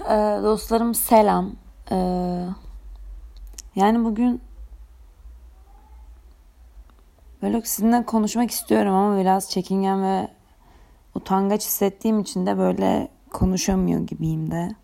Dostlarım selam. Yani bugün böyle sizinle konuşmak istiyorum ama biraz çekingen ve utangaç hissettiğim için de böyle konuşamıyor gibiyim de.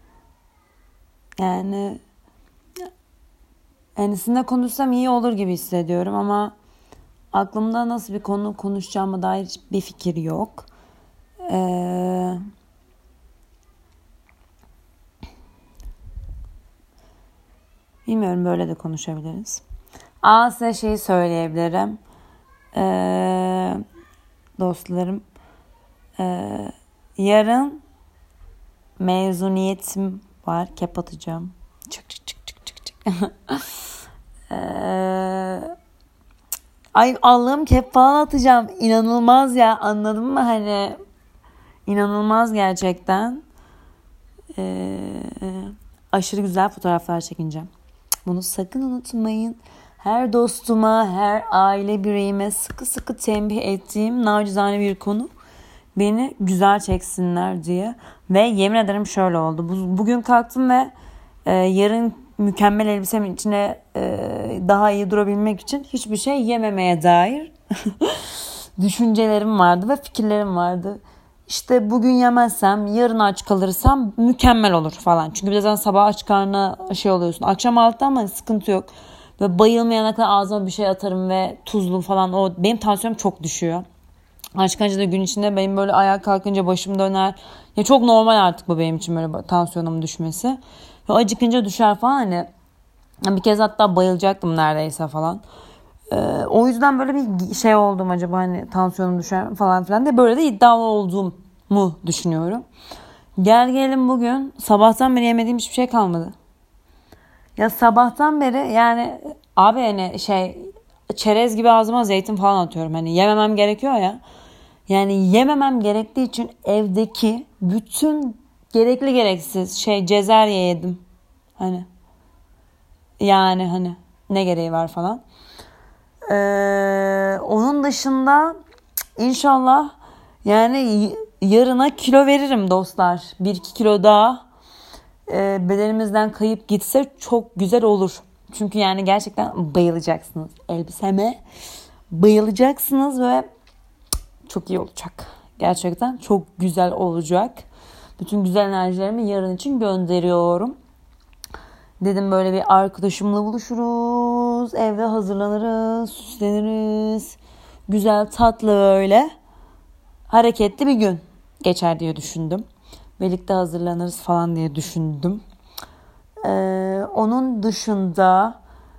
Yani sizinle konuşsam iyi olur gibi hissediyorum ama aklımda nasıl bir konu konuşacağıma dair hiçbir fikir yok. Bilmiyorum, böyle de konuşabiliriz. Size şeyi söyleyebilirim. Dostlarım. Yarın mezuniyetim var. Kep atacağım. Çık çık çık çık çık çık. Ay Allah'ım, kep falan atacağım. İnanılmaz ya, anladın mı? Hani inanılmaz gerçekten. Aşırı güzel fotoğraflar çekineceğim. Bunu sakın unutmayın. Her dostuma, her aile bireyime sıkı sıkı tembih ettiğim nacizane bir konu. Beni güzel çeksinler diye. Ve yemin ederim şöyle oldu. Bugün kalktım ve yarın mükemmel elbisemin içine daha iyi durabilmek için hiçbir şey yememeye dair düşüncelerim vardı ve fikirlerim vardı. İşte bugün yemezsem, yarın aç kalırsam mükemmel olur falan. Çünkü birazdan sabah aç karnına oluyorsun. Akşam altta ama sıkıntı yok. Ve bayılmayana kadar ağzıma bir şey atarım ve tuzlu falan. Benim tansiyonum çok düşüyor. Aç kalınca da gün içinde benim böyle ayağa kalkınca başım döner. Ya çok normal artık bu benim için, böyle tansiyonum düşmesi. Ve acıkınca düşer falan hani. Bir kez hatta bayılacaktım neredeyse falan. O yüzden böyle bir şey oldum, acaba hani tansiyonum düşer falan filan diye, böyle de iddialı olduğumu düşünüyorum. Gel gelelim bugün sabahtan beri yemediğim hiçbir şey kalmadı. Ya sabahtan beri yani abi hani çerez gibi ağzıma zeytin falan atıyorum. Hani yememem gerekiyor ya. Yani yememem gerektiği için evdeki bütün gerekli gereksiz cezerye yedim. Hani yani hani ne gereği var falan. Onun dışında inşallah yani yarına kilo veririm dostlar. 1-2 kilo daha bedenimizden kayıp gitse çok güzel olur. Çünkü yani gerçekten bayılacaksınız. Elbiseme bayılacaksınız ve çok iyi olacak. Gerçekten çok güzel olacak. Bütün güzel enerjilerimi yarın için gönderiyorum. Dedim böyle bir arkadaşımla buluşuruz. Evde hazırlanırız, süsleniriz. Güzel, tatlı, öyle hareketli bir gün geçer diye düşündüm. Birlikte hazırlanırız falan diye düşündüm. Onun dışında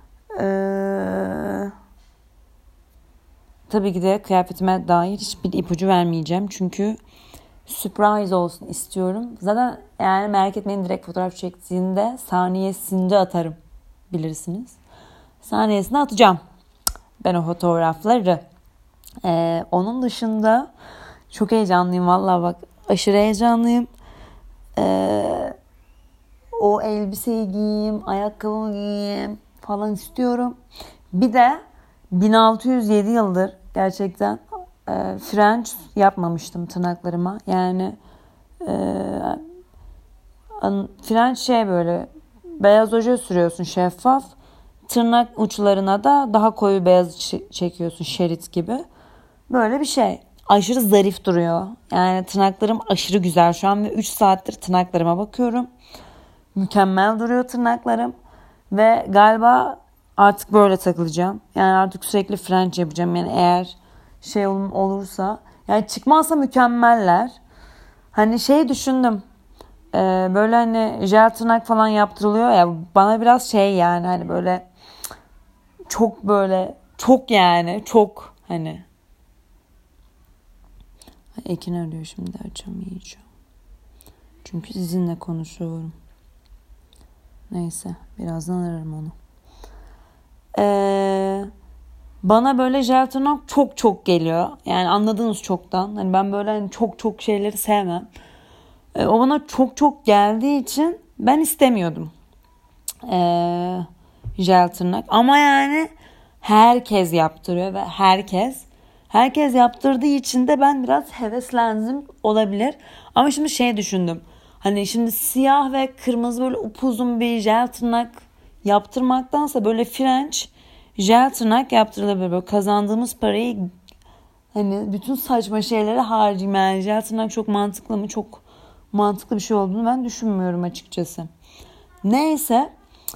tabii ki de kıyafetime dair hiçbir ipucu vermeyeceğim. Çünkü surprise olsun istiyorum. Zaten yani merak etmeyin, direkt fotoğraf çektiğinde saniyesinde atarım. Bilirsiniz. Saniyesinde atacağım ben o fotoğrafları. Onun dışında çok heyecanlıyım. Vallahi bak, aşırı heyecanlıyım. O elbiseyi giyeyim, ayakkabımı giyeyim falan istiyorum. Bir de 1607 yıldır gerçekten French yapmamıştım tırnaklarıma. Yani French böyle beyaz oje sürüyorsun, şeffaf. Tırnak uçlarına da daha koyu beyaz çekiyorsun, şerit gibi. Böyle bir şey. Aşırı zarif duruyor. Yani tırnaklarım aşırı güzel şu an ve 3 saattir tırnaklarıma bakıyorum. Mükemmel duruyor tırnaklarım. Ve galiba artık böyle takılacağım. Yani artık sürekli French yapacağım. Yani eğer olursa. Yani çıkmazsa mükemmeller. Hani düşündüm. Böyle hani jel tırnak falan yaptırılıyor ya. Bana biraz yani hani böyle çok böyle çok yani çok hani. Ekin arıyor, şimdi açamayacağım. Çünkü sizinle konuşuyorum. Neyse, birazdan ararım onu. Bana böyle jel tırnak çok çok geliyor. Yani anladınız çoktan. Hani ben böyle hani çok çok şeyleri sevmem. O bana çok çok geldiği için ben istemiyordum. Jel tırnak. Ama yani herkes yaptırıyor ve herkes yaptırdığı için de ben biraz heveslendim olabilir. Ama şimdi düşündüm. Hani şimdi siyah ve kırmızı böyle upuzun bir jel tırnak yaptırmaktansa böyle French jel tırnak yaptırılabilir. Böyle kazandığımız parayı hani bütün saçma şeylere harcayayım. Yani jel tırnak çok mantıklı mı? Çok mantıklı bir şey olduğunu ben düşünmüyorum açıkçası. Neyse.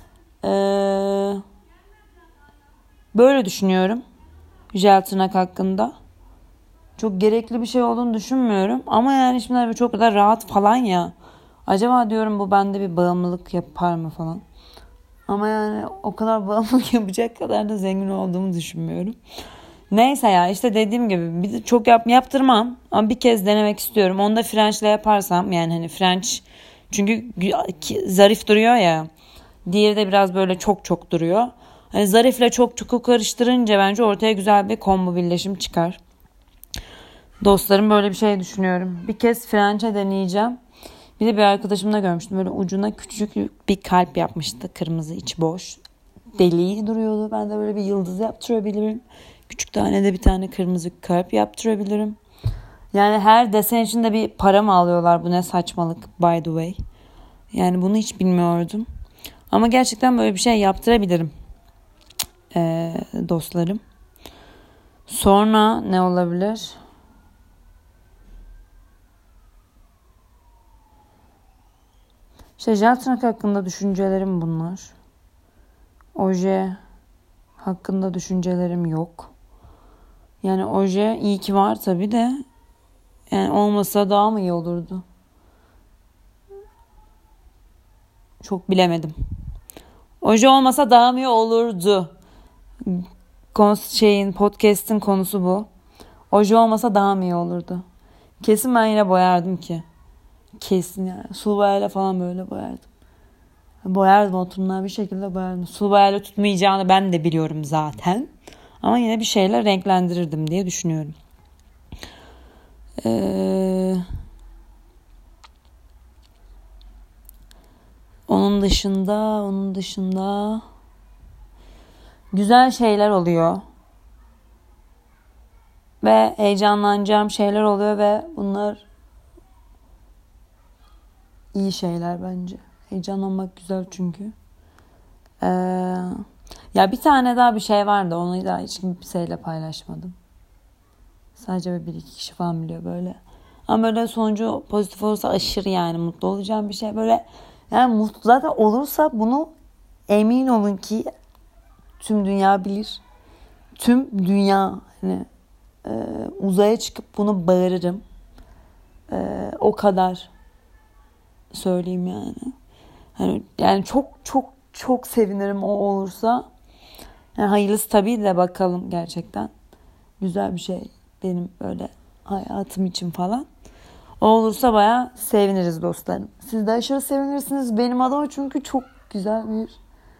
Böyle düşünüyorum. Jel tırnak hakkında. Çok gerekli bir şey olduğunu düşünmüyorum. Ama yani şimdi çok da rahat falan ya. Acaba diyorum bu bende bir bağımlılık yapar mı falan. Ama yani o kadar bağımlılık yapacak kadar da zengin olduğumu düşünmüyorum. Neyse ya işte dediğim gibi bir de çok yaptırmam. Ama bir kez denemek istiyorum. Onu da French'le yaparsam yani hani French çünkü zarif duruyor ya. Diğeri de biraz böyle çok çok duruyor. Hani zarifle çok çok karıştırınca bence ortaya güzel bir combo birleşim çıkar. Dostlarım böyle bir şey düşünüyorum. Bir kez French'e deneyeceğim. Bir de bir arkadaşımda görmüştüm. Böyle ucuna küçük bir kalp yapmıştı. Kırmızı içi boş. Deli duruyordu. Ben de böyle bir yıldız yaptırabilirim. Küçük tane de bir tane kırmızı kalp yaptırabilirim. Yani her desen için de bir para mı alıyorlar? Bu ne saçmalık by the way. Yani bunu hiç bilmiyordum. Ama gerçekten böyle bir şey yaptırabilirim. Dostlarım. Sonra ne olabilir? İşte jel tırnak hakkında düşüncelerim bunlar. Oje hakkında düşüncelerim yok. Yani oje iyi ki var tabii de. Yani olmasa daha mı iyi olurdu? Çok bilemedim. Oje olmasa daha mı iyi olurdu? Podcast'in konusu bu. Oje olmasa daha mı iyi olurdu? Kesin ben yine boyardım ki. Kesin yani. Sulu boyayla falan böyle boyardım. Boyardım oturumdan bir şekilde boyardım. Sulu boyayla tutmayacağını ben de biliyorum zaten. Ama yine bir şeyle renklendirirdim diye düşünüyorum. Onun dışında güzel şeyler oluyor. Ve heyecanlanacağım şeyler oluyor ve bunlar iyi şeyler bence. Heyecanlanmak güzel çünkü. Ya bir tane daha bir şey vardı. Onu da hiç kimseyle paylaşmadım. Sadece bir iki kişi falan biliyor böyle. Ama böyle sonucu pozitif olursa aşırı yani mutlu olacağım bir şey. Böyle yani mutlu zaten olursa bunu emin olun ki tüm dünya bilir. Tüm dünya hani uzaya çıkıp bunu bağırırım. O kadar söyleyeyim yani. Yani çok çok çok sevinirim o olursa. Yani hayırlısı tabii de bakalım gerçekten. Güzel bir şey benim böyle hayatım için falan. O olursa bayağı seviniriz dostlarım. Siz de aşırı sevinirsiniz benim adıma çünkü çok güzel bir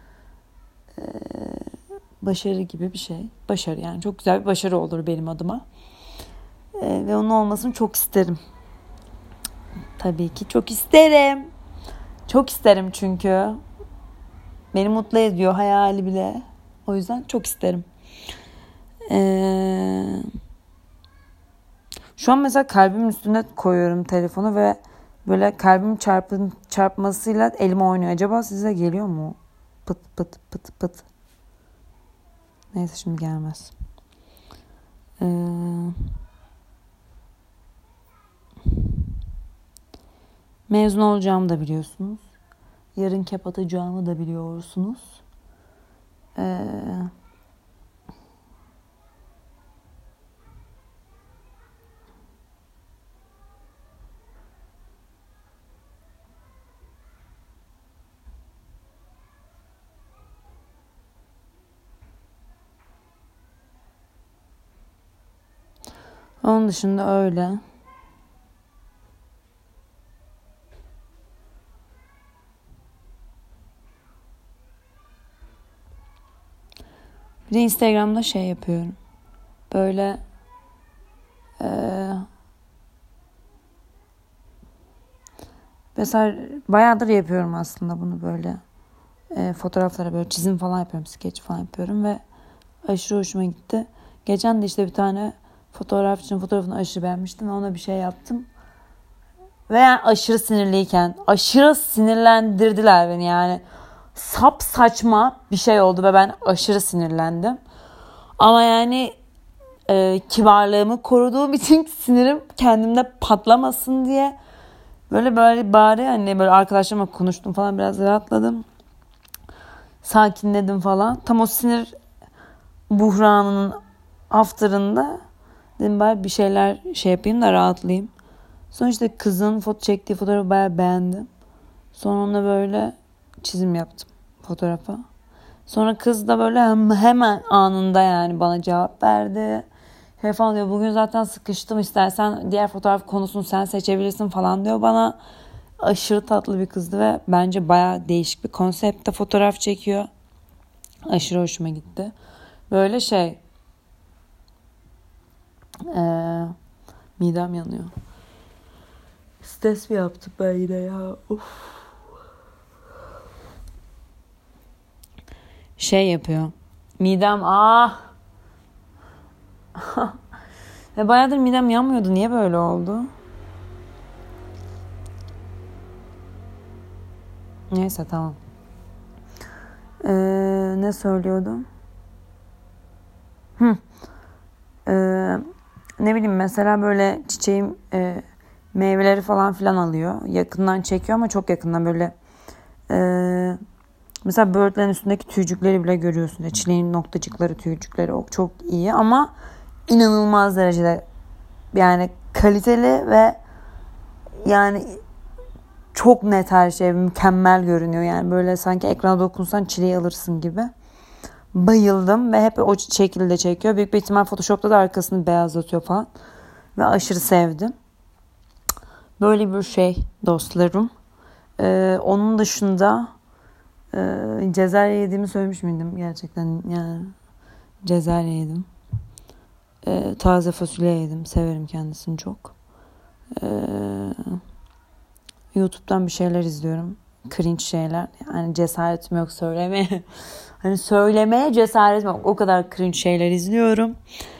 başarı gibi bir şey. Başarı yani çok güzel bir başarı olur benim adıma. Ve onun olmasını çok isterim. Tabii ki çok isterim. Çok isterim çünkü. Beni mutlu ediyor hayali bile. O yüzden çok isterim. Şu an mesela kalbimin üstüne koyuyorum telefonu ve böyle kalbim çarpmasıyla elim oynuyor. Acaba size geliyor mu? Pıt pıt pıt pıt. Neyse şimdi gelmez. Mezun olacağımı da biliyorsunuz. Yarın kep atacağımı da biliyorsunuz. Onun dışında öyle. Bir de Instagram'da şey yapıyorum. Böyle mesela bayağıdır yapıyorum aslında bunu böyle. Fotoğraflara böyle çizim falan yapıyorum. Sketch falan yapıyorum ve aşırı hoşuma gitti. Geçen de işte bir tane fotoğrafçının fotoğrafını aşırı beğenmiştim ve ona bir şey yaptım. Ve yani aşırı sinirliyken aşırı sinirlendirdiler beni yani. Sap saçma bir şey oldu ve ben aşırı sinirlendim. Ama yani kibarlığımı koruduğum için sinirim kendimde patlamasın diye böyle bari hani böyle arkadaşlarımla konuştum falan, biraz rahatladım. Sakinledim falan. Tam o sinir buhranının after'ında dedim bari bir şeyler şey yapayım da rahatlayayım. Sonra işte kızın çektiği fotoğrafı bayağı beğendim. Sonra onunla böyle çizim yaptım fotoğrafa. Sonra kız da böyle hemen anında yani bana cevap verdi. He falan diyor, bugün zaten sıkıştım, istersen diğer fotoğraf konusunu sen seçebilirsin falan diyor bana. Aşırı tatlı bir kızdı ve bence bayağı değişik bir konseptte fotoğraf çekiyor. Aşırı hoşuma gitti. Böyle şey midem yanıyor. Stres mi yaptık ben yine ya? Of. Şey yapıyor. Midem bayağıdır midem yanmıyordu. Niye böyle oldu? Neyse tamam. Ne söylüyordum? Ne bileyim, mesela böyle çiçeğim meyveleri falan filan alıyor. Yakından çekiyor ama çok yakından böyle. Mesela böğürtlerin üstündeki tüycükleri bile görüyorsun. Çileğin noktacıkları, tüycükleri o çok iyi ama inanılmaz derecede yani kaliteli ve yani çok net, her şey mükemmel görünüyor. Yani böyle sanki ekrana dokunsan çileği alırsın gibi. Bayıldım ve hep o şekilde çekiyor. Büyük bir ihtimal Photoshop'ta da arkasını beyazlatıyor falan. Ve aşırı sevdim. Böyle bir şey dostlarım. Onun dışında Cezerye yediğimi söylemiş miydim? Gerçekten yani Cezerye yedim. Taze fasulye yedim. Severim kendisini çok. YouTube'dan bir şeyler izliyorum. Cringe şeyler. Yani cesaretim yok söylemeye. Hani söylemeye cesaretim yok. O kadar cringe şeyler izliyorum.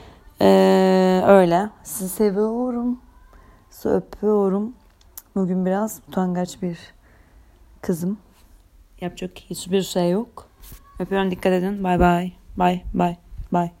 Öyle. Sizi seviyorum. Sizi öpüyorum. Bugün biraz utangaç bir kızım. Yapacak hiçbir şey yok. Öpüyorum. Dikkat edin. Bye bye. Bye bye. Bye.